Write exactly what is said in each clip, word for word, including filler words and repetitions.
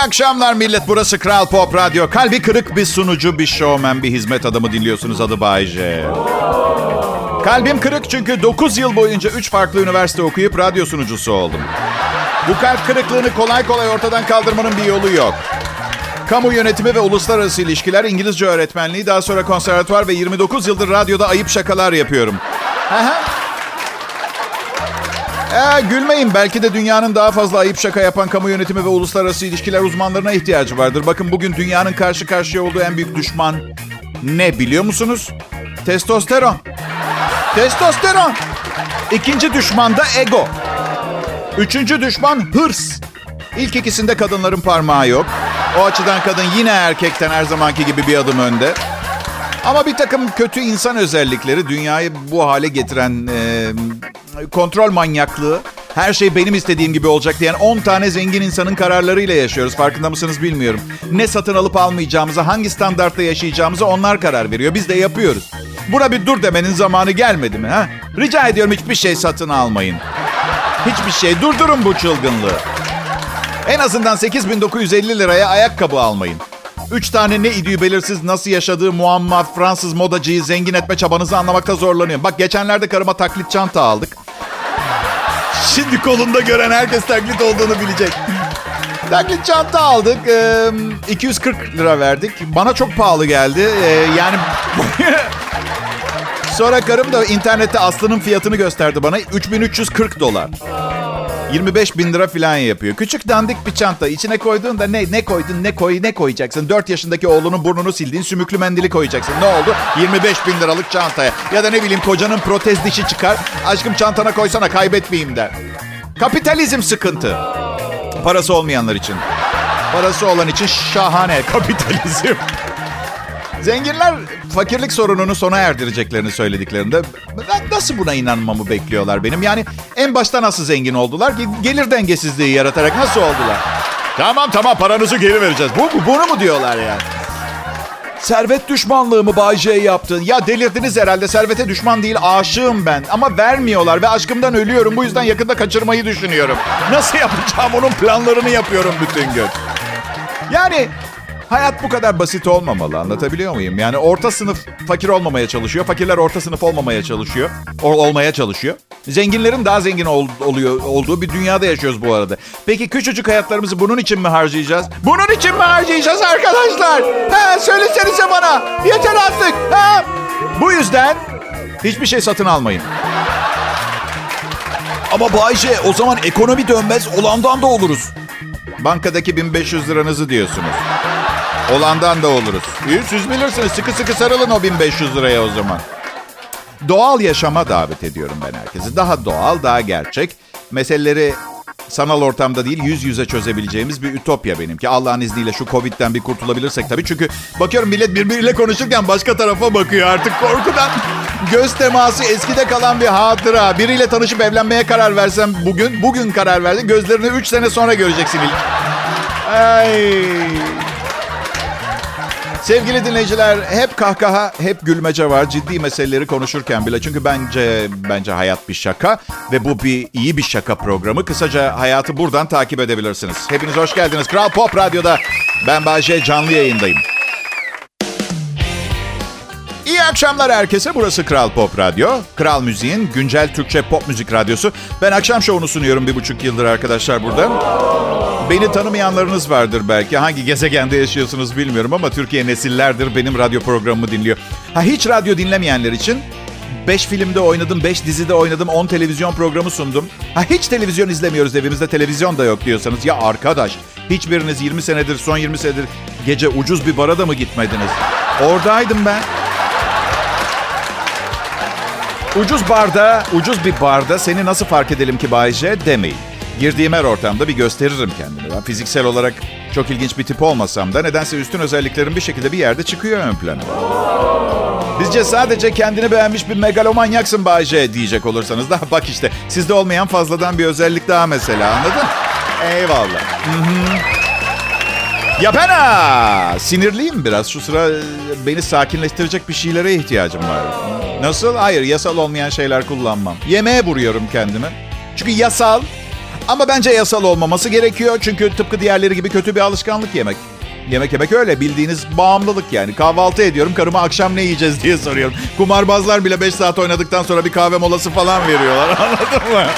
akşamlar millet. Burası Kral Pop Radyo. Kalbi kırık bir sunucu, bir şovmen, bir hizmet adamı dinliyorsunuz. Adı Bay J. Kalbim kırık çünkü dokuz yıl boyunca üç farklı üniversite okuyup radyo sunucusu oldum. Bu kalp kırıklığını kolay kolay ortadan kaldırmanın bir yolu yok. Kamu yönetimi ve uluslararası ilişkiler, İngilizce öğretmenliği, daha sonra konservatuvar ve yirmi dokuz yıldır radyoda ayıp şakalar yapıyorum. Ee, gülmeyin. Belki de dünyanın daha fazla ayıp şaka yapan kamu yönetimi ve uluslararası ilişkiler uzmanlarına ihtiyacı vardır. Bakın bugün dünyanın karşı karşıya olduğu en büyük düşman ne biliyor musunuz? Testosteron. Testosteron. İkinci düşman da ego. Üçüncü düşman hırs. İlk ikisinde kadınların parmağı yok. O açıdan kadın yine erkekten her zamanki gibi bir adım önde. Ama bir takım kötü insan özellikleri dünyayı bu hale getiren e, kontrol manyaklığı, her şey benim istediğim gibi olacak diyen on tane zengin insanın kararlarıyla yaşıyoruz. Farkında mısınız bilmiyorum. Ne satın alıp almayacağımıza, hangi standartta yaşayacağımıza onlar karar veriyor. Biz de yapıyoruz. Buna bir dur demenin zamanı gelmedi mi? Ha? Rica ediyorum, hiçbir şey satın almayın. Hiçbir şey. Durdurun bu çılgınlığı. En azından sekiz bin dokuz yüz elli liraya ayakkabı almayın. Üç tane ne idüğü belirsiz nasıl yaşadığı muamma Fransız modacıyı zengin etme çabanızı anlamakta zorlanıyorum. Bak geçenlerde karıma taklit çanta aldık. Şimdi kolunda gören herkes taklit olduğunu bilecek. Taklit çanta aldık. iki yüz kırk lira verdik. Bana çok pahalı geldi. Yani... Sonra karım da internette Aslı'nın fiyatını gösterdi bana. üç bin üç yüz kırk dolar. yirmi beş bin lira falan yapıyor. Küçük dandik bir çanta. İçine koyduğunda ne ne koydun, ne koy, ne koyacaksın? dört yaşındaki oğlunun burnunu sildiğin sümüklü mendili koyacaksın. Ne oldu? yirmi beş bin liralık çantaya. Ya da ne bileyim kocanın protez dişi çıkar. Aşkım çantana koysana, kaybetmeyeyim der. Kapitalizm sıkıntı. Parası olmayanlar için. Parası olan için şahane kapitalizm. Zenginler fakirlik sorununu sona erdireceklerini söylediklerinde nasıl buna inanmamı bekliyorlar benim? Yani en başta nasıl zengin oldular ki? Gelir dengesizliği yaratarak nasıl oldular? Tamam tamam paranızı geri vereceğiz. Bu, bu bunu mu diyorlar yani? Servet düşmanlığı mı Bay J yaptın? Ya delirdiniz herhalde. Servete düşman değil, aşığım ben. Ama vermiyorlar ve aşkımdan ölüyorum. Bu yüzden yakında kaçırmayı düşünüyorum. Nasıl yapacağım, onun planlarını yapıyorum bütün gün. Yani... Hayat bu kadar basit olmamalı, anlatabiliyor muyum? Yani orta sınıf fakir olmamaya çalışıyor. Fakirler orta sınıf olmamaya çalışıyor. Ol, olmaya çalışıyor. Zenginlerin daha zengin ol, oluyor olduğu bir dünyada yaşıyoruz bu arada. Peki küçücük hayatlarımızı bunun için mi harcayacağız? Bunun için mi harcayacağız arkadaşlar? Ha, söylesenize bana. Yeter artık. Ha? Bu yüzden hiçbir şey satın almayın. Ama Bay J, o zaman ekonomi dönmez, olandan da oluruz. Bankadaki bin beş yüz liranızı diyorsunuz. Olandan da oluruz. İyi, siz bilirsiniz. Sıkı sıkı sarılın o bin beş yüz liraya o zaman. Doğal yaşama davet ediyorum ben herkesi. Daha doğal, daha gerçek. Meseleleri sanal ortamda değil, yüz yüze çözebileceğimiz bir ütopya benimki. Allah'ın izniyle şu Covid'den bir kurtulabilirsek tabii. Çünkü bakıyorum millet birbiriyle konuşurken başka tarafa bakıyor artık korkudan. Göz teması eskide kalan bir hatıra. Biriyle tanışıp evlenmeye karar versem bugün, bugün karar verdin. Gözlerini üç sene sonra göreceksin ilk. Ay... Sevgili dinleyiciler, hep kahkaha, hep gülmece var ciddi meseleleri konuşurken bile. Çünkü bence bence hayat bir şaka ve bu bir iyi bir şaka programı. Kısaca hayatı buradan takip edebilirsiniz. Hepiniz hoş geldiniz. Kral Pop Radyo'da ben Bay J, canlı yayındayım. İyi akşamlar herkese. Burası Kral Pop Radyo. Kral Müziğin güncel Türkçe pop müzik radyosu. Ben akşam şovunu sunuyorum bir buçuk yıldır arkadaşlar burada. Beni tanımayanlarınız vardır belki. Hangi gezegende yaşıyorsunuz bilmiyorum ama Türkiye nesillerdir benim radyo programımı dinliyor. Ha, hiç radyo dinlemeyenler için beş filmde oynadım, beş dizide oynadım, on televizyon programı sundum. Ha, hiç televizyon izlemiyoruz, evimizde televizyon da yok diyorsanız. Ya arkadaş, hiçbiriniz yirmi senedir, son yirmi senedir gece ucuz bir bara da mı gitmediniz? Oradaydım ben. Ucuz barda, ucuz bir barda seni nasıl fark edelim ki Bay J demeyin. Girdiğim her ortamda bir gösteririm kendimi. Ben fiziksel olarak çok ilginç bir tip olmasam da nedense üstün özelliklerim bir şekilde bir yerde çıkıyor ön plana. Bizce sadece kendini beğenmiş bir megalomanyaksın Bay J diyecek olursanız da bak işte sizde olmayan fazladan bir özellik daha mesela, anladın? Eyvallah. Hı-hı. Ya ben ha, sinirliyim biraz. Şu sıra beni sakinleştirecek bir şeylere ihtiyacım var. Nasıl? Hayır, yasal olmayan şeyler kullanmam. Yemeğe vuruyorum kendimi. Çünkü yasal Ama bence yasal olmaması gerekiyor. Çünkü tıpkı diğerleri gibi kötü bir alışkanlık yemek. Yemek yemek öyle bildiğiniz bağımlılık yani. Kahvaltı ediyorum, karıma akşam ne yiyeceğiz diye soruyorum. Kumarbazlar bile beş saat oynadıktan sonra bir kahve molası falan veriyorlar. Anladın mı?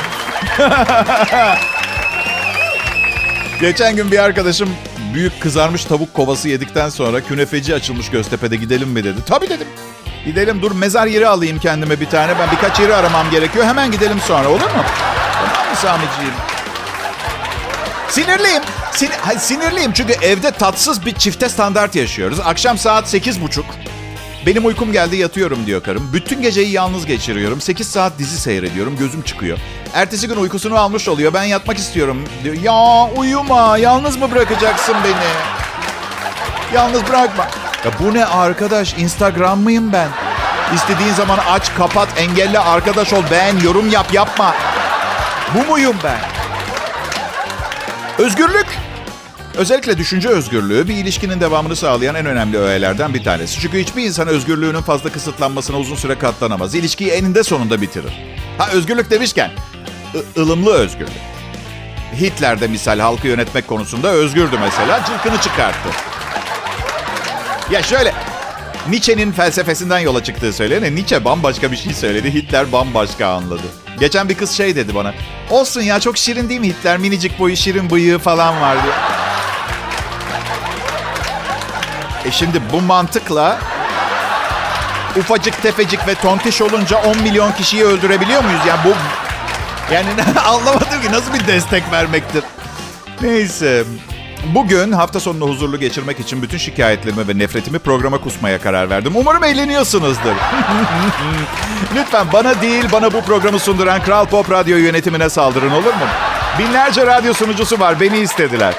Geçen gün bir arkadaşım büyük kızarmış tavuk kovası yedikten sonra künefeci açılmış Göztepe'de, gidelim mi dedi. Tabii dedim. Gidelim, dur mezar yeri alayım kendime bir tane. Ben birkaç yeri aramam gerekiyor. Hemen gidelim sonra, olur mu? Tamam mı Samiciğim? Sinirliyim. Sin Hayır, sinirliyim çünkü evde tatsız bir çifte standart yaşıyoruz. Akşam saat sekiz buçuk. Benim uykum geldi, yatıyorum diyor karım. Bütün geceyi yalnız geçiriyorum. sekiz saat dizi seyrediyorum. Gözüm çıkıyor. Ertesi gün uykusunu almış oluyor. Ben yatmak istiyorum diyor. Ya uyuma. Yalnız mı bırakacaksın beni? Yalnız bırakma. Ya bu ne arkadaş? Instagram mıyım ben? İstediğin zaman aç, kapat, engelle, arkadaş ol, beğen, yorum yap, yapma. Bu muyum ben? Özgürlük. Özellikle düşünce özgürlüğü bir ilişkinin devamını sağlayan en önemli öğelerden bir tanesi. Çünkü hiçbir insan özgürlüğünün fazla kısıtlanmasına uzun süre katlanamaz. İlişkiyi eninde sonunda bitirir. Ha, özgürlük demişken, ı- ılımlı özgürlük. Hitler de misal halkı yönetmek konusunda özgürdü mesela, cılkını çıkarttı. Ya şöyle, Nietzsche'nin felsefesinden yola çıktığı söylenen, Nietzsche bambaşka bir şey söyledi, Hitler bambaşka anladı. Geçen bir kız şey dedi bana, olsun ya çok şirin değil mi Hitler, minicik boyu, şirin bıyığı falan var diyor. E şimdi bu mantıkla ufacık tefecik ve tontiş olunca on milyon kişiyi öldürebiliyor muyuz? Yani bu, yani anlamadım ki nasıl bir destek vermektir. Neyse. Bugün hafta sonunu huzurlu geçirmek için bütün şikayetlerimi ve nefretimi programa kusmaya karar verdim. Umarım eğleniyorsunuzdur. Lütfen bana değil, bana bu programı sunduran Kral Pop Radyo yönetimine saldırın, olur mu? Binlerce radyo sunucusu var, beni istediler.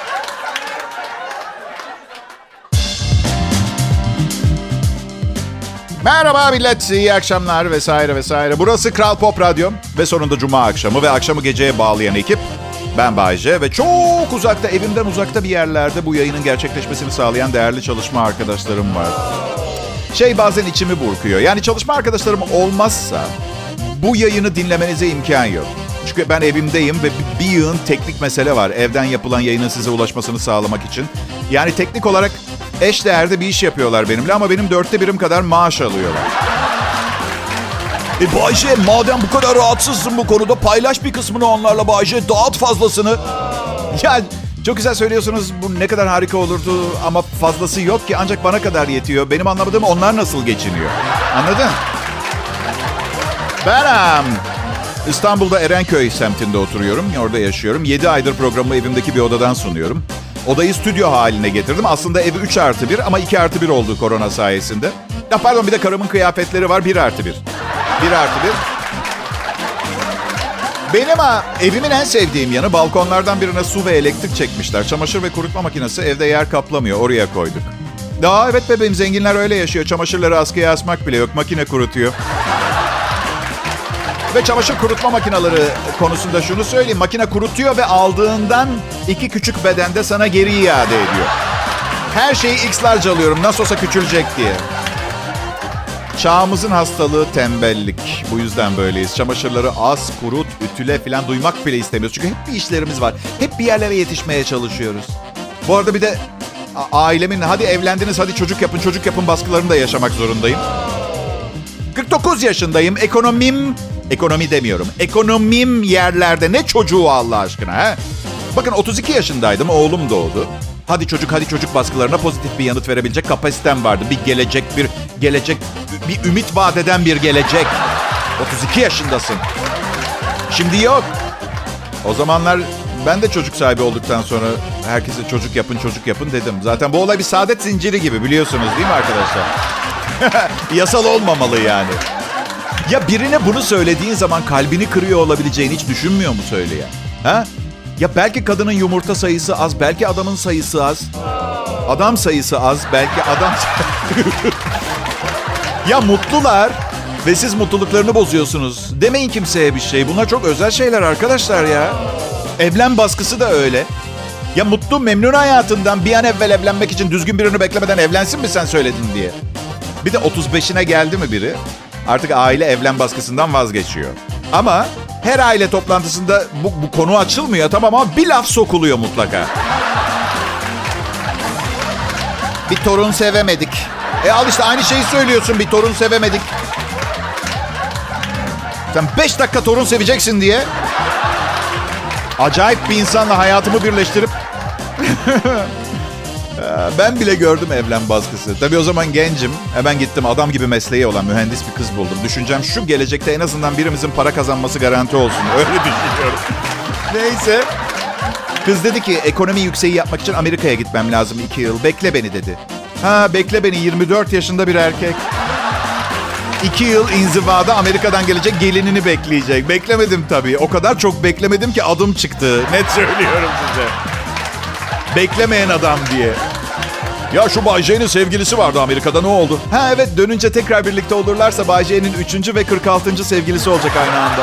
Merhaba millet, iyi akşamlar vesaire vesaire. Burası Kral Pop Radyo ve sonunda Cuma akşamı ve akşamı geceye bağlayan ekip. Ben Bayce ve çok uzakta, evimden uzakta bir yerlerde bu yayının gerçekleşmesini sağlayan değerli çalışma arkadaşlarım var. Şey bazen içimi burkuyor. Yani çalışma arkadaşlarım olmazsa bu yayını dinlemenize imkan yok. Çünkü ben evimdeyim ve bir yığın teknik mesele var. Evden yapılan yayının size ulaşmasını sağlamak için. Yani teknik olarak eşdeğerde bir iş yapıyorlar benimle ama benim dörtte birim kadar maaş alıyorlar. E Bayce, madem bu kadar rahatsızsın bu konuda paylaş bir kısmını onlarla Bayce. Dağıt fazlasını. Ya çok güzel söylüyorsunuz, bu ne kadar harika olurdu ama fazlası yok ki, ancak bana kadar yetiyor. Benim anlamadığım onlar nasıl geçiniyor. Anladın? Ben um, İstanbul'da Erenköy semtinde oturuyorum. Orada yaşıyorum. yedi aydır programı evimdeki bir odadan sunuyorum. Odayı stüdyo haline getirdim. Aslında evi üç artı bir ama iki artı bir oldu korona sayesinde. Ya pardon, bir de karımın kıyafetleri var, bir artı bir. bir artı bir. Benim ha, evimin en sevdiğim yanı, balkonlardan birine su ve elektrik çekmişler. Çamaşır ve kurutma makinesi evde yer kaplamıyor. Oraya koyduk. Aa, evet bebeğim, zenginler öyle yaşıyor. Çamaşırları askıya asmak bile yok. Makine kurutuyor. Ve çamaşır kurutma makineleri konusunda şunu söyleyeyim. Makine kurutuyor ve aldığından iki küçük bedende sana geri iade ediyor. Her şeyi X-large alıyorum. Nasıl olsa küçülecek diye. Çağımızın hastalığı tembellik. Bu yüzden böyleyiz. Çamaşırları az, kurut, ütüle falan duymak bile istemiyoruz. Çünkü hep bir işlerimiz var. Hep bir yerlere yetişmeye çalışıyoruz. Bu arada bir de ailemin hadi evlendiniz, hadi çocuk yapın, çocuk yapın baskılarını da yaşamak zorundayım. kırk dokuz yaşındayım. Ekonomim, ekonomi demiyorum. Ekonomim yerlerde. Ne çocuğu Allah aşkına ha? Bakın otuz iki yaşındaydım. Oğlum doğdu. Hadi çocuk, hadi çocuk baskılarına pozitif bir yanıt verebilecek kapasitem vardı. Bir gelecek, bir gelecek, bir ümit vaat eden bir gelecek. otuz iki yaşındasın. Şimdi yok. O zamanlar ben de çocuk sahibi olduktan sonra herkese çocuk yapın, çocuk yapın dedim. Zaten bu olay bir saadet zinciri gibi, biliyorsunuz değil mi arkadaşlar? Yasal olmamalı yani. Ya birine bunu söylediğin zaman kalbini kırıyor olabileceğini hiç düşünmüyor mu söyleyen? Ha? Ya belki kadının yumurta sayısı az, belki adamın sayısı az. Adam sayısı az, belki adam... Ya mutlular ve siz mutluluklarını bozuyorsunuz. Demeyin kimseye bir şey. Bunlar çok özel şeyler arkadaşlar ya. Evlen baskısı da öyle. Ya mutlu, memnun hayatından bir an evvel evlenmek için düzgün birini beklemeden evlensin mi sen söyledin diye. Bir de otuz beşine geldi mi biri, artık aile evlen baskısından vazgeçiyor. Ama Her aile toplantısında bu, bu konu açılmıyor tamam ama bir laf sokuluyor mutlaka. Bir torun sevemedik. E al işte aynı şeyi söylüyorsun, bir torun sevemedik. Sen beş dakika torun seveceksin diye acayip bir insanla hayatımı birleştirip ben bile gördüm evlen baskısı. Tabii o zaman gencim. Hemen gittim, adam gibi mesleği olan mühendis bir kız buldum. Düşüncem şu, gelecekte en azından birimizin para kazanması garanti olsun. Öyle düşünüyorum. Neyse. Kız dedi ki ekonomi yükseği yapmak için Amerika'ya gitmem lazım iki yıl. Bekle beni dedi. Ha bekle beni, yirmi dört yaşında bir erkek. İki yıl inzivada Amerika'dan gelecek gelinini bekleyecek. Beklemedim tabii. O kadar çok beklemedim ki adım çıktı. Net söylüyorum size. Beklemeyen adam diye. Ya şu Bay J'nin sevgilisi vardı Amerika'da, ne oldu? Ha evet, dönünce tekrar birlikte olurlarsa Bay J'nin üçüncü ve kırk altıncı sevgilisi olacak aynı anda.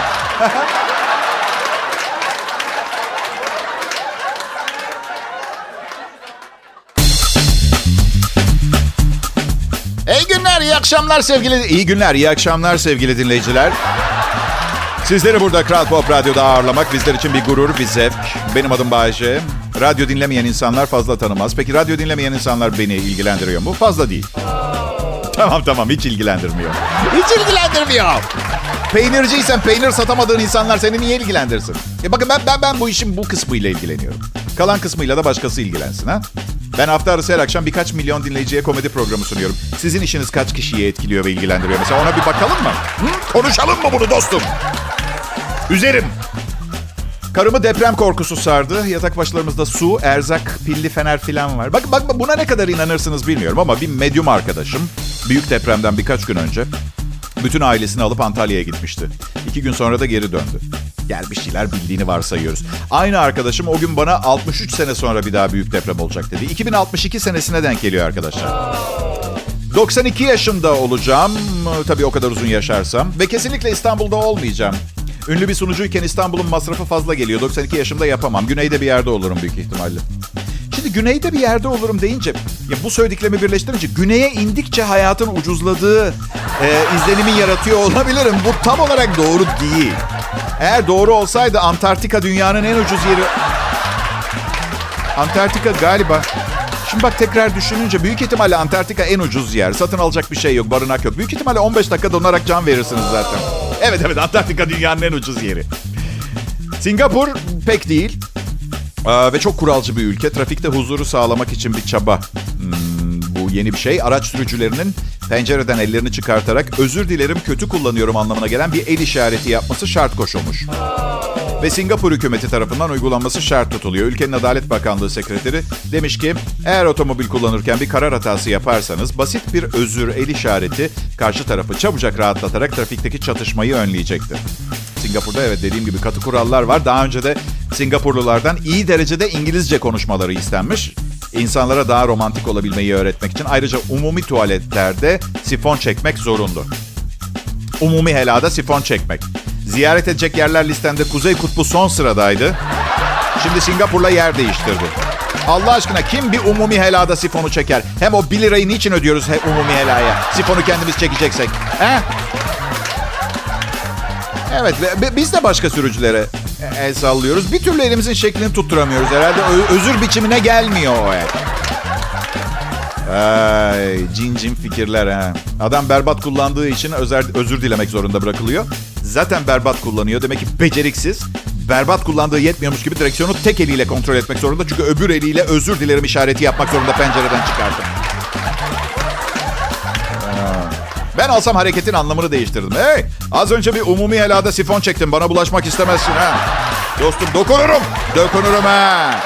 İyi günler, iyi akşamlar sevgili... İyi günler, iyi akşamlar sevgili dinleyiciler. Sizleri burada Kral Pop Radyo'da ağırlamak bizler için bir gurur, bir zevk. Benim adım Bay J. Radyo dinlemeyen insanlar fazla tanımaz. Peki radyo dinlemeyen insanlar beni ilgilendiriyor mu? Fazla değil. Tamam tamam, hiç ilgilendirmiyor. Hiç ilgilendirmiyor. Peynirciysen peynir satamadığın insanlar seni niye ilgilendirsin? E bakın ben, ben, ben bu işin bu kısmıyla ilgileniyorum. Kalan kısmıyla da başkası ilgilensin ha. Ben hafta arası her akşam birkaç milyon dinleyiciye komedi programı sunuyorum. Sizin işiniz kaç kişiyi etkiliyor ve ilgilendiriyor? Mesela ona bir bakalım mı? Hı? Konuşalım mı bunu dostum? Üzerim. Karımı deprem korkusu sardı. Yatak başlarımızda su, erzak, pilli fener filan var. Bak, bak buna ne kadar inanırsınız bilmiyorum ama bir medyum arkadaşım büyük depremden birkaç gün önce bütün ailesini alıp Antalya'ya gitmişti. İki gün sonra da geri döndü. Gel bir şeyler bildiğini varsayıyoruz. Aynı arkadaşım o gün bana altmış üç sene sonra bir daha büyük deprem olacak dedi. iki bin altmış iki senesine denk geliyor arkadaşlar. doksan iki yaşında olacağım. Tabii o kadar uzun yaşarsam. Ve kesinlikle İstanbul'da olmayacağım. Ünlü bir sunucuyken İstanbul'un masrafı fazla geliyor. doksan iki yaşımda yapamam. Güneyde bir yerde olurum büyük ihtimalle. Şimdi güneyde bir yerde olurum deyince, ya bu söylediklerimi birleştirince güneye indikçe hayatın ucuzladığı e, izlenimi yaratıyor olabilirim. Bu tam olarak doğru değil. Eğer doğru olsaydı Antarktika dünyanın en ucuz yeri. Antarktika galiba. Şimdi bak tekrar düşününce büyük ihtimalle Antarktika en ucuz yer. Satın alacak bir şey yok, barınak yok. Büyük ihtimalle on beş dakika donarak can verirsiniz zaten. Evet evet, Antarktika dünyanın en ucuz yeri. Singapur pek değil. Ee, ve çok kuralcı bir ülke. Trafikte huzuru sağlamak için bir çaba. Hmm, bu yeni bir şey. Araç sürücülerinin pencereden ellerini çıkartarak özür dilerim kötü kullanıyorum anlamına gelen bir el işareti yapması şart koşulmuş. Ve Singapur hükümeti tarafından uygulanması şart tutuluyor. Ülkenin Adalet Bakanlığı sekreteri demiş ki eğer otomobil kullanırken bir karar hatası yaparsanız basit bir özür el işareti karşı tarafı çabucak rahatlatarak trafikteki çatışmayı önleyecektir. Singapur'da evet dediğim gibi katı kurallar var. Daha önce de Singapurlulardan iyi derecede İngilizce konuşmaları istenmiş. İnsanlara daha romantik olabilmeyi öğretmek için. Ayrıca umumi tuvaletlerde sifon çekmek zorunlu. Umumi helada sifon çekmek. Ziyaret edecek yerler listemde Kuzey Kutbu son sıradaydı. Şimdi Singapur'la yer değiştirdi. Allah aşkına kim bir umumi helada sifonu çeker? Hem o bir lirayı niçin ödüyoruz he, umumi helaya? Sifonu kendimiz çekeceksek. He? Evet, biz de başka sürücülere el sallıyoruz. Bir türlü elimizin şeklini tutturamıyoruz. Herhalde Ö- özür biçimine gelmiyor o el. Ay, cin cin fikirler ha. Adam berbat kullandığı için özer, özür dilemek zorunda bırakılıyor. Zaten berbat kullanıyor. Demek ki beceriksiz. Berbat kullandığı yetmiyormuş gibi direksiyonu tek eliyle kontrol etmek zorunda. Çünkü öbür eliyle özür dilerim işareti yapmak zorunda pencereden çıkardım. Ben alsam hareketin anlamını değiştirdim. Hey, az önce bir umumi helada sifon çektim. Bana bulaşmak istemezsin ha. Dostum dokunurum. Dokunurum ha.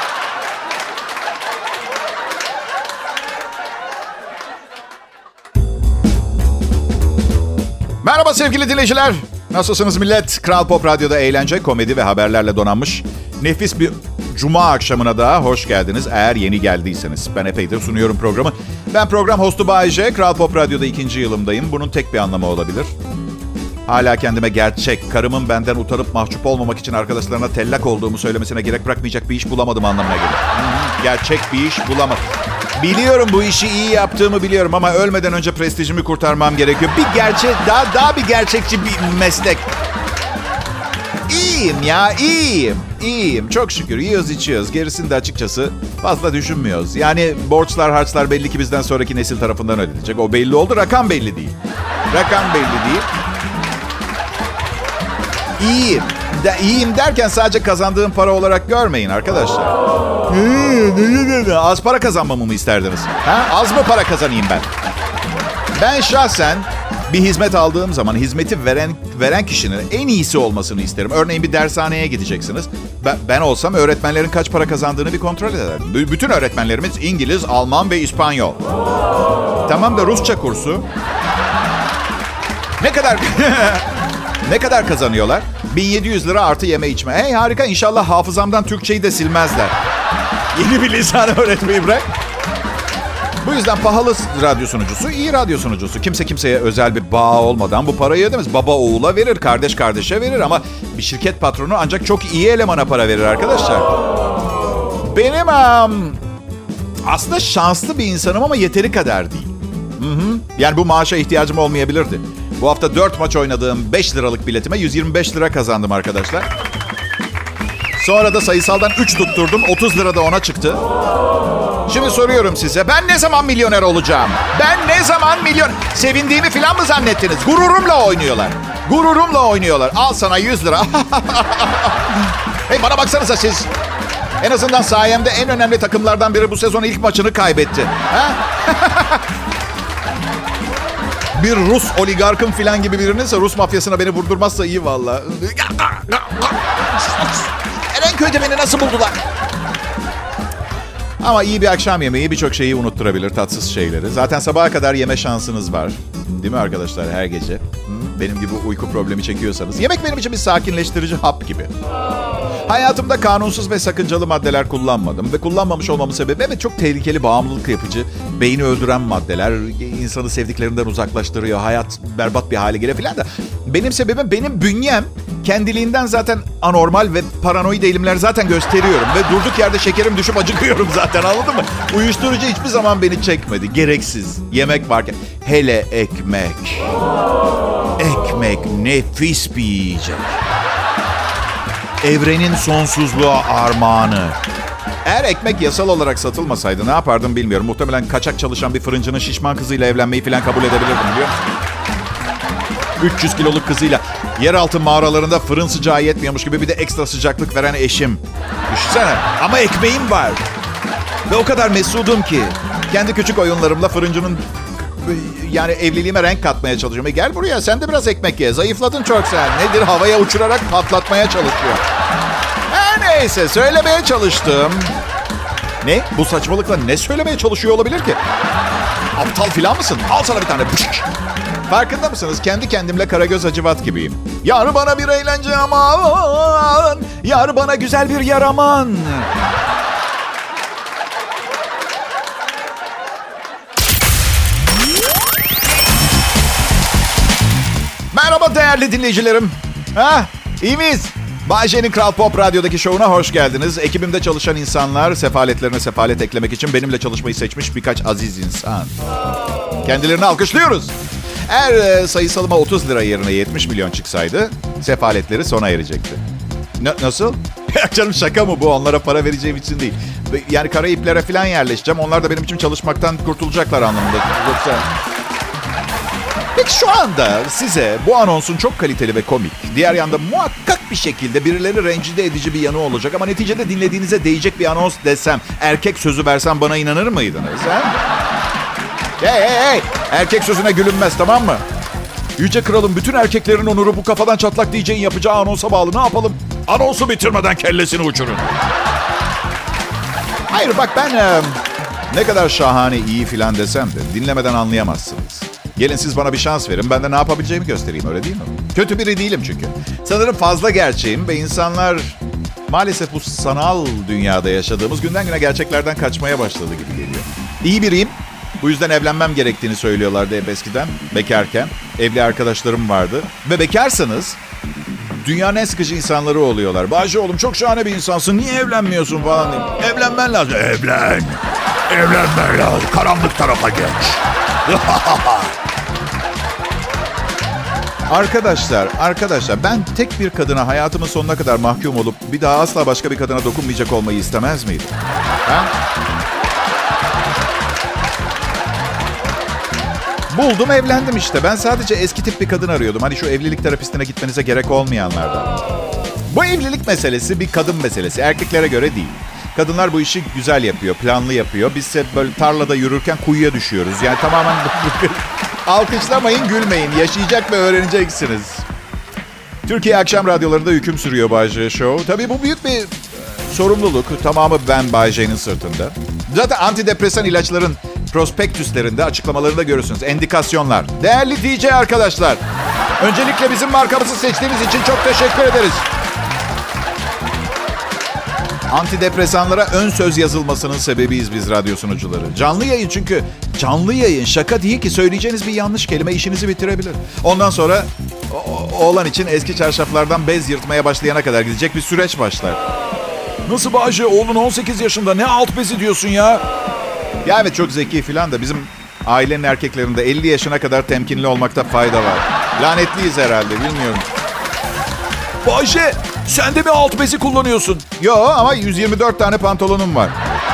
Merhaba sevgili dinleyiciler. Nasılsınız millet? Kral Pop Radyo'da eğlence, komedi ve haberlerle donanmış nefis bir cuma akşamına daha hoş geldiniz. Eğer yeni geldiyseniz. Ben epeydir sunuyorum programı. Ben program hostu Bay J. Kral Pop Radyo'da ikinci yılımdayım. Bunun tek bir anlamı olabilir. Hala kendime gerçek, karımın benden utanıp mahcup olmamak için arkadaşlarına tellak olduğumu söylemesine gerek bırakmayacak bir iş bulamadım anlamına gelir. Gerçek bir iş bulamadım. Biliyorum bu işi iyi yaptığımı biliyorum ama ölmeden önce prestijimi kurtarmam gerekiyor. Bir gerçek, daha daha bir gerçekçi bir meslek. İyi İyiyim ya, iyiyim. İyiyim, çok şükür. Yiyoruz, içiyoruz. Gerisini de açıkçası fazla düşünmüyoruz. Yani borçlar, harçlar belli ki bizden sonraki nesil tarafından ödenecek. O belli oldu, rakam belli değil. Rakam belli değil. İyiyim. De, iyiyim derken sadece kazandığım para olarak görmeyin arkadaşlar. Az para kazanmamı mı isterdiniz? Ha? Az mı para kazanayım ben? Ben şahsen bir hizmet aldığım zaman hizmeti veren veren kişinin en iyisi olmasını isterim. Örneğin bir dershaneye gideceksiniz. Ben, ben olsam öğretmenlerin kaç para kazandığını bir kontrol ederdim. B- bütün öğretmenlerimiz İngiliz, Alman ve İspanyol. Tamam da Rusça kursu. Ne kadar ne kadar kazanıyorlar? bin yedi yüz lira artı yeme içme. Hey harika, inşallah hafızamdan Türkçeyi de silmezler. Yeni bir lisan öğretmeyi bırak. Bu yüzden pahalı radyo sunucusu, iyi radyo sunucusu. Kimse kimseye özel bir bağ olmadan bu parayı ödemez. Baba oğula verir, kardeş kardeşe verir ama bir şirket patronu ancak çok iyi elemana para verir arkadaşlar. Benim um, aslında şanslı bir insanım ama yeteri kadar değil. Hı hı. Yani bu maaşa ihtiyacım olmayabilirdi. Bu hafta dört maç oynadığım beş liralık biletime yüz yirmi beş lira kazandım arkadaşlar. Sonra da sayısaldan üç tutturdum. otuz lira da ona çıktı. Şimdi soruyorum size. Ben ne zaman milyoner olacağım? Ben ne zaman milyon... Sevindiğimi falan mı zannettiniz? Gururumla oynuyorlar. Gururumla oynuyorlar. Al sana yüz lira. Hey bana baksanıza siz. En azından sayemde en önemli takımlardan biri bu sezon ilk maçını kaybetti. Ha? Bir Rus oligarkım falan gibi biriniyse Rus mafyasına beni vurdurmazsa iyi valla. Erenköy'de beni nasıl buldular? Ama iyi bir akşam yemeği birçok şeyi unutturabilir, tatsız şeyleri. Zaten sabaha kadar yeme şansınız var. Değil mi arkadaşlar, her gece? Hı? Benim gibi uyku problemi çekiyorsanız. Yemek benim için bir sakinleştirici hap gibi. Hayatımda kanunsuz ve sakıncalı maddeler kullanmadım. Ve kullanmamış olmamın sebebi evet çok tehlikeli, bağımlılık yapıcı, beyni öldüren maddeler. İnsanı sevdiklerinden uzaklaştırıyor, hayat berbat bir hale geliyor falan da. Benim sebebim benim bünyem kendiliğinden zaten anormal ve paranoid eğilimler zaten gösteriyorum. Ve durduk yerde şekerim düşüp acıkıyorum zaten, anladın mı? Uyuşturucu hiçbir zaman beni çekmedi. Gereksiz. Yemek varken. Hele ekmek. Ekmek nefis bir yiyecek. Evrenin sonsuzluğa armağanı. Eğer ekmek yasal olarak satılmasaydı ne yapardım bilmiyorum. Muhtemelen kaçak çalışan bir fırıncının şişman kızıyla evlenmeyi falan kabul edebilirdim, biliyor musun? üç yüz kiloluk kızıyla yeraltı mağaralarında fırın sıcağı yetmiyormuş gibi bir de ekstra sıcaklık veren eşim. Düşünsene. Ama ekmeğim var. Ve o kadar mesudum ki. Kendi küçük oyunlarımla fırıncının yani evliliğime renk katmaya çalışıyorum. E gel buraya, sen de biraz ekmek ye. Zayıfladın çok sen. Nedir, havaya uçurarak patlatmaya çalışıyor. Her neyse, söylemeye çalıştım. Ne? Bu saçmalıkla ne söylemeye çalışıyor olabilir ki? Aptal filan mısın? Al sana bir tane. Farkında mısınız? Kendi kendimle Karagöz Hacivat gibiyim. Yar bana bir eğlence aman. Yar bana güzel bir yer aman. Merhaba değerli dinleyicilerim. Ha, iyi miyiz? Bay J'nin Kral Pop Radyo'daki şovuna hoş geldiniz. Ekibimde çalışan insanlar sefaletlerine sefalet eklemek için benimle çalışmayı seçmiş birkaç aziz insan. Kendilerini alkışlıyoruz. Eğer e, sayısalıma otuz lira yerine yetmiş milyon çıksaydı sefaletleri sona erecekti. N- nasıl? Canım şaka mı bu? Onlara para vereceğim için değil. Yani Karayiplere falan yerleşeceğim. Onlar da benim için çalışmaktan kurtulacaklar anlamında. Yoksa... Peki şu anda size bu anonsun çok kaliteli ve komik, diğer yanda muhakkak bir şekilde birileri rencide edici bir yanı olacak ama neticede dinlediğinize değecek bir anons desem, erkek sözü versem bana inanır mıydınız? He? Hey hey hey! Erkek sözüne gülünmez, tamam mı? Yüce Kral'ın bütün erkeklerin onuru bu kafadan çatlak D J'in yapacağı anonsa bağlı. Ne yapalım? Anonsu bitirmeden kellesini uçurun. Hayır bak ben e, ne kadar şahane, iyi filan desem de dinlemeden anlayamazsınız. Gelin siz bana bir şans verin. Ben de ne yapabileceğimi göstereyim, öyle değil mi? Kötü biri değilim çünkü. Sanırım fazla gerçeğim ve insanlar maalesef bu sanal dünyada yaşadığımız günden güne gerçeklerden kaçmaya başladı gibi geliyor. İyi biriyim. Bu yüzden evlenmem gerektiğini söylüyorlardı hep eskiden. Bekarken. Evli arkadaşlarım vardı. Ve bekarsanız dünyanın en sıkıcı insanları oluyorlar. Bahçe oğlum çok şahane bir insansın. Niye evlenmiyorsun falan diyeyim. Evlenmen lazım. Evlen. Evlenmen lazım. Karanlık tarafa geç. Arkadaşlar, arkadaşlar ben tek bir kadına hayatımın sonuna kadar mahkum olup bir daha asla başka bir kadına dokunmayacak olmayı istemez miydim? Ha? Buldum, evlendim işte. Ben sadece eski tip bir kadın arıyordum. Hani şu evlilik terapistine gitmenize gerek olmayanlardan. Bu evlilik meselesi bir kadın meselesi. Erkeklere göre değil. Kadınlar bu işi güzel yapıyor, planlı yapıyor. Biz ise böyle tarlada yürürken kuyuya düşüyoruz. Yani tamamen alkışlamayın, gülmeyin. Yaşayacak ve öğreneceksiniz. Türkiye akşam radyolarında hüküm sürüyor Bay J Show. Tabii bu büyük bir sorumluluk. Tamamı ben Bay J'nin sırtında. Zaten antidepresan ilaçların prospektüslerinde, açıklamalarında görürsünüz. Endikasyonlar. Değerli D J arkadaşlar, öncelikle bizim markamızı seçtiğiniz için çok teşekkür ederiz. Antidepresanlara ön söz yazılmasının sebebiyiz biz radyo sunucuları. Canlı yayın, çünkü canlı yayın şaka değil ki, söyleyeceğiniz bir yanlış kelime işinizi bitirebilir. Ondan sonra o- oğlan için eski çarşaflardan bez yırtmaya başlayana kadar gidecek bir süreç başlar. Nasıl Bahçe, oğlun on sekiz yaşında, ne alt bezi diyorsun ya? Ya evet, çok zeki falan da bizim ailenin erkeklerinde elli yaşına kadar temkinli olmakta fayda var. Lanetliyiz herhalde, bilmiyorum. Bahçe, sen de mi alt bezi kullanıyorsun? Yo, ama yüz yirmi dört tane pantolonum var.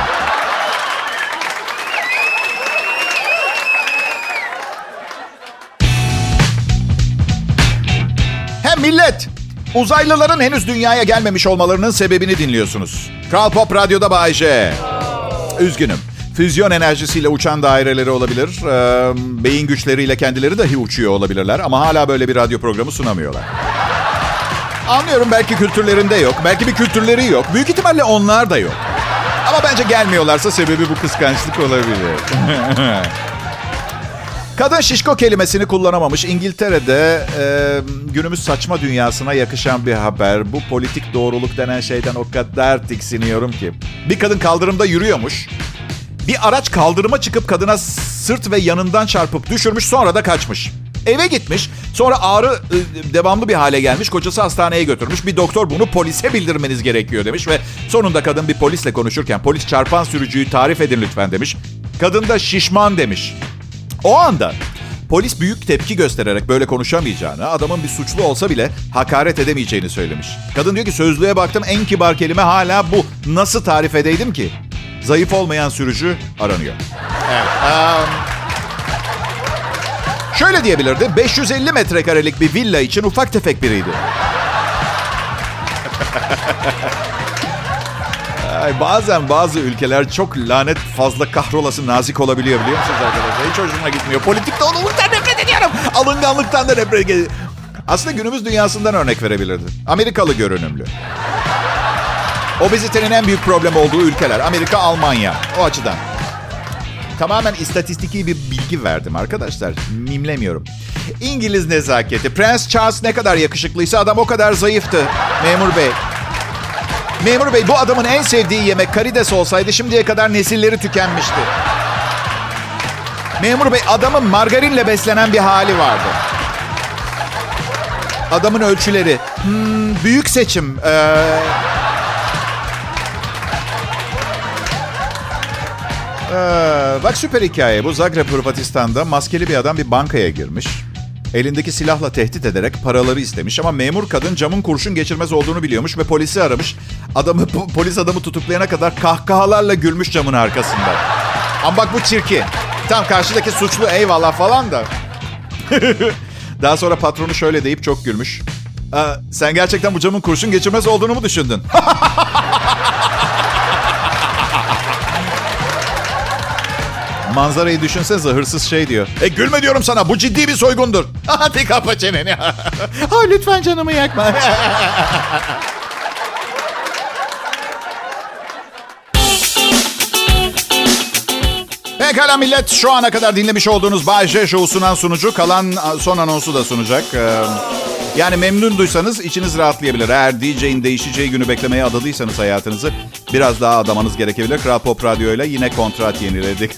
Hem millet, uzaylıların henüz dünyaya gelmemiş olmalarının sebebini dinliyorsunuz. Kral Pop Radyo'da Bay J. Üzgünüm. Füzyon enerjisiyle uçan daireleri olabilir. Ee, beyin güçleriyle kendileri dahi uçuyor olabilirler. Ama hala böyle bir radyo programı sunamıyorlar. Anlıyorum, belki kültürlerinde yok. Belki bir kültürleri yok. Büyük ihtimalle onlar da yok. Ama bence gelmiyorlarsa sebebi bu kıskançlık olabilir. Kadın şişko kelimesini kullanamamış. İngiltere'de e, günümüz saçma dünyasına yakışan bir haber. Bu politik doğruluk denen şeyden o kadar tiksiniyorum ki. Bir kadın kaldırımda yürüyormuş. Bir araç kaldırıma çıkıp kadına sırt ve yanından çarpıp düşürmüş, sonra da kaçmış. Eve gitmiş, sonra ağrı e, devamlı bir hale gelmiş. Kocası hastaneye götürmüş. Bir doktor bunu polise bildirmeniz gerekiyor demiş ve sonunda kadın bir polisle konuşurken polis çarpan sürücüyü tarif edin lütfen demiş. Kadın da şişman demiş. O anda polis büyük tepki göstererek böyle konuşamayacağını, adamın bir suçlu olsa bile hakaret edemeyeceğini söylemiş. Kadın diyor ki sözlüğe baktım, en kibar kelime hala bu. Nasıl tarif edeydim ki? Zayıf olmayan sürücü aranıyor. Evet. Um, şöyle diyebilirdi. beş yüz elli metrekarelik bir villa için ufak tefek biriydi. Ay, bazen bazı ülkeler çok lanet fazla kahrolası nazik olabiliyor, biliyor musunuz arkadaşlar? Hiç hoşuma gitmiyor. Politikte olumluluktan nefret ediyorum. Alınganlıktan da nefret ediyorum. Aslında günümüz dünyasından örnek verebilirdi. Amerikalı görünümlü. Obezitenin en büyük problem olduğu ülkeler. Amerika, Almanya. O açıdan. Tamamen istatistiki bir bilgi verdim arkadaşlar. Mimlemiyorum. İngiliz nezaketi. Prens Charles ne kadar yakışıklıysa adam o kadar zayıftı. Memur bey. Memur bey, bu adamın en sevdiği yemek karides olsaydı şimdiye kadar nesilleri tükenmişti. Memur bey, adamın margarinle beslenen bir hali vardı. Adamın ölçüleri. Hmm, büyük seçim. Ee... Ee, bak süper hikaye. Bu Zagreb, Hırvatistan'da maskeli bir adam bir bankaya girmiş. Elindeki silahla tehdit ederek paraları istemiş. Ama memur kadın camın kurşun geçirmez olduğunu biliyormuş ve polisi aramış. Adamı, polis adamı tutuklayana kadar kahkahalarla gülmüş camın arkasında. Ama bak bu çirkin. Tam karşıdaki suçlu eyvallah falan da. Daha sonra patronu şöyle deyip çok gülmüş. Sen gerçekten bu camın kurşun geçirmez olduğunu mu düşündün? Manzarayı düşünsenize, hırsız şey diyor. E gülme diyorum sana, bu ciddi bir soygundur. Hadi kapa çeneni. Ha, lütfen canımı yakma. Pekala millet, şu ana kadar dinlemiş olduğunuz Bay J Show'u sunan sunucu kalan son anonsu da sunacak. Ee, yani memnunduysanız içiniz rahatlayabilir. Eğer D J'in değişeceği günü beklemeye adadıysanız hayatınızı, biraz daha adamanız gerekebilir. Kral Pop Radyo ile yine kontrat yeniledik.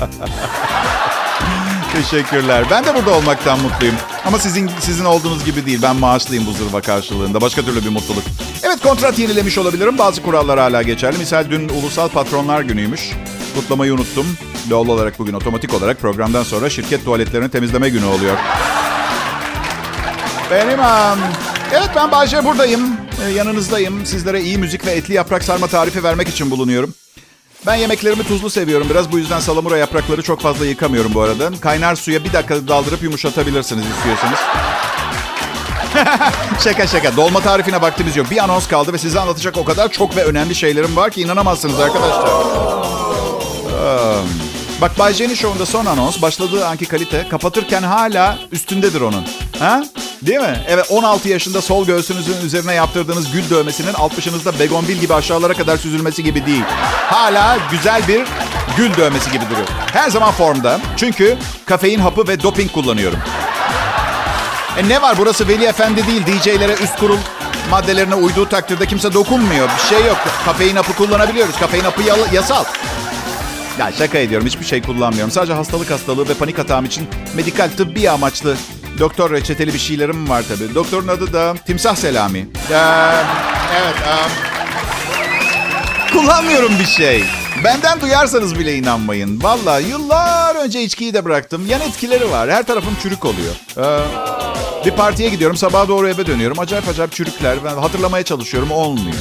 Teşekkürler. Ben de burada olmaktan mutluyum. Ama sizin sizin olduğunuz gibi değil. Ben maaşlıyım bu zırva karşılığında. Başka türlü bir mutluluk. Evet, kontrat yenilemiş olabilirim. Bazı kurallar hala geçerli. Misal dün Ulusal Patronlar Günü'ymüş. Kutlamayı unuttum. Doğal olarak bugün otomatik olarak programdan sonra şirket tuvaletlerini temizleme günü oluyor. Benim... Um, evet ben Bay J buradayım. Ee, yanınızdayım. Sizlere iyi müzik ve etli yaprak sarma tarifi vermek için bulunuyorum. Ben yemeklerimi tuzlu seviyorum biraz. Bu yüzden salamura yaprakları çok fazla yıkamıyorum bu arada. Kaynar suya bir dakika daldırıp yumuşatabilirsiniz istiyorsanız. Şaka şaka. Dolma tarifine vaktimiz yok. Bir anons kaldı ve size anlatacak o kadar çok ve önemli şeylerim var ki inanamazsınız arkadaşlar. Um, bak Bay J'nin şovunda son anons. Başladığı anki kalite kapatırken hala üstündedir onun. Ha? Değil mi? Evet, on altı yaşında sol göğsünüzün üzerine yaptırdığınız gül dövmesinin altmışınızda begonbil gibi aşağılara kadar süzülmesi gibi değil. Hala güzel bir gül dövmesi gibi duruyor. Her zaman formda. Çünkü kafein hapı ve doping kullanıyorum. E ne var? Burası Veli Efendi değil. D J'lere üst kurul maddelerine uyduğu takdirde kimse dokunmuyor. Bir şey yok. Kafein hapı kullanabiliyoruz. Kafein hapı yasal. Ya şaka ediyorum. Hiçbir şey kullanmıyorum. Sadece hastalık hastalığı ve panik atağım için medikal tıbbi amaçlı doktor reçeteli bir şeylerim var tabii. Doktorun adı da Timsah Selami. Ee, evet. Um, kullanmıyorum bir şey. Benden duyarsanız bile inanmayın. Vallahi yıllar önce içkiyi de bıraktım. Yan etkileri var. Her tarafım çürük oluyor. Ee, bir partiye gidiyorum. Sabaha doğru eve dönüyorum. Acayip acayip çürükler. Ben hatırlamaya çalışıyorum. Olmuyor.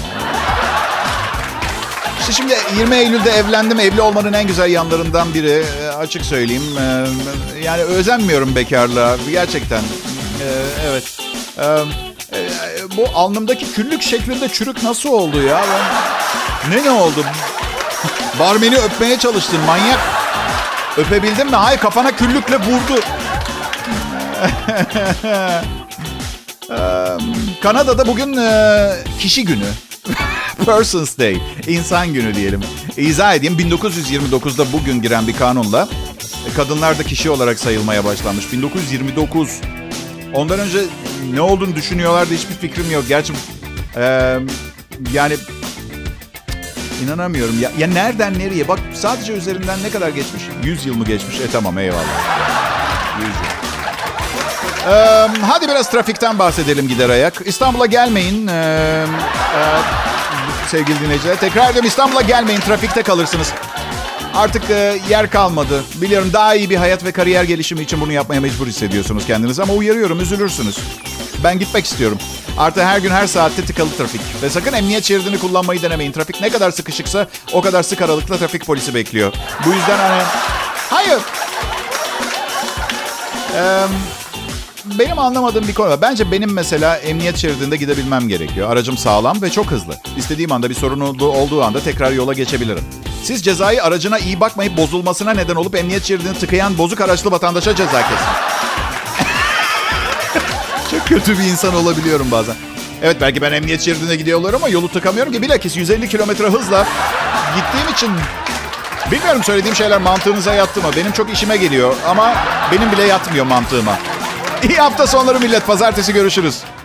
İşte şimdi yirmi Eylül'de evlendim. Evli olmanın en güzel yanlarından biri. Ee, açık söyleyeyim. Ee, yani özenmiyorum bekarlığa. Gerçekten. Ee, evet. Ee, e, bu alnımdaki küllük şeklinde çürük nasıl oldu ya? Ben... Ne ne oldu? Barmeni öpmeye çalıştın manyak. Öpebildin mi? Hayır, kafana küllükle vurdu. Kanada'da bugün kişi günü. Person's Day. İnsan günü diyelim. İzah edeyim. bin dokuz yüz yirmi dokuzda bugün giren bir kanunla kadınlar da kişi olarak sayılmaya başlanmış. bin dokuz yüz yirmi dokuz. Ondan önce ne olduğunu düşünüyorlardı, hiçbir fikrim yok. Gerçi e, yani inanamıyorum. Ya, ya nereden nereye? Bak sadece üzerinden ne kadar geçmiş? yüz yıl mı geçmiş? E tamam, eyvallah. yüz yıl. Ee, hadi biraz trafikten bahsedelim gider ayak. İstanbul'a gelmeyin. Ee, e, sevgili dinleyiciler. Tekrar ediyorum, İstanbul'a gelmeyin. Trafikte kalırsınız. Artık e, yer kalmadı. Biliyorum daha iyi bir hayat ve kariyer gelişimi için bunu yapmaya mecbur hissediyorsunuz kendinizi. Ama uyarıyorum, üzülürsünüz. Ben gitmek istiyorum. Artık her gün her saatte tıkalı trafik. Ve sakın emniyet şeridini kullanmayı denemeyin. Trafik ne kadar sıkışıksa o kadar sık aralıkla trafik polisi bekliyor. Bu yüzden hani... Hayır. Ee, benim anlamadığım bir konu var. Bence benim mesela emniyet şeridinde gidebilmem gerekiyor. Aracım sağlam ve çok hızlı. İstediğim anda, bir sorun olduğu anda tekrar yola geçebilirim. Siz cezayı aracına iyi bakmayıp bozulmasına neden olup emniyet şeridini tıkayan bozuk araçlı vatandaşa ceza kesin. Çok kötü bir insan olabiliyorum bazen. Evet, belki ben emniyet şeridine gidiyorlar ama yolu tıkamıyorum ki. Bilakis yüz elli kilometre hızla gittiğim için... Bilmiyorum söylediğim şeyler mantığınıza yattı mı? Benim çok işime geliyor ama benim bile yatmıyor mantığıma. İyi hafta sonları millet. Pazartesi görüşürüz.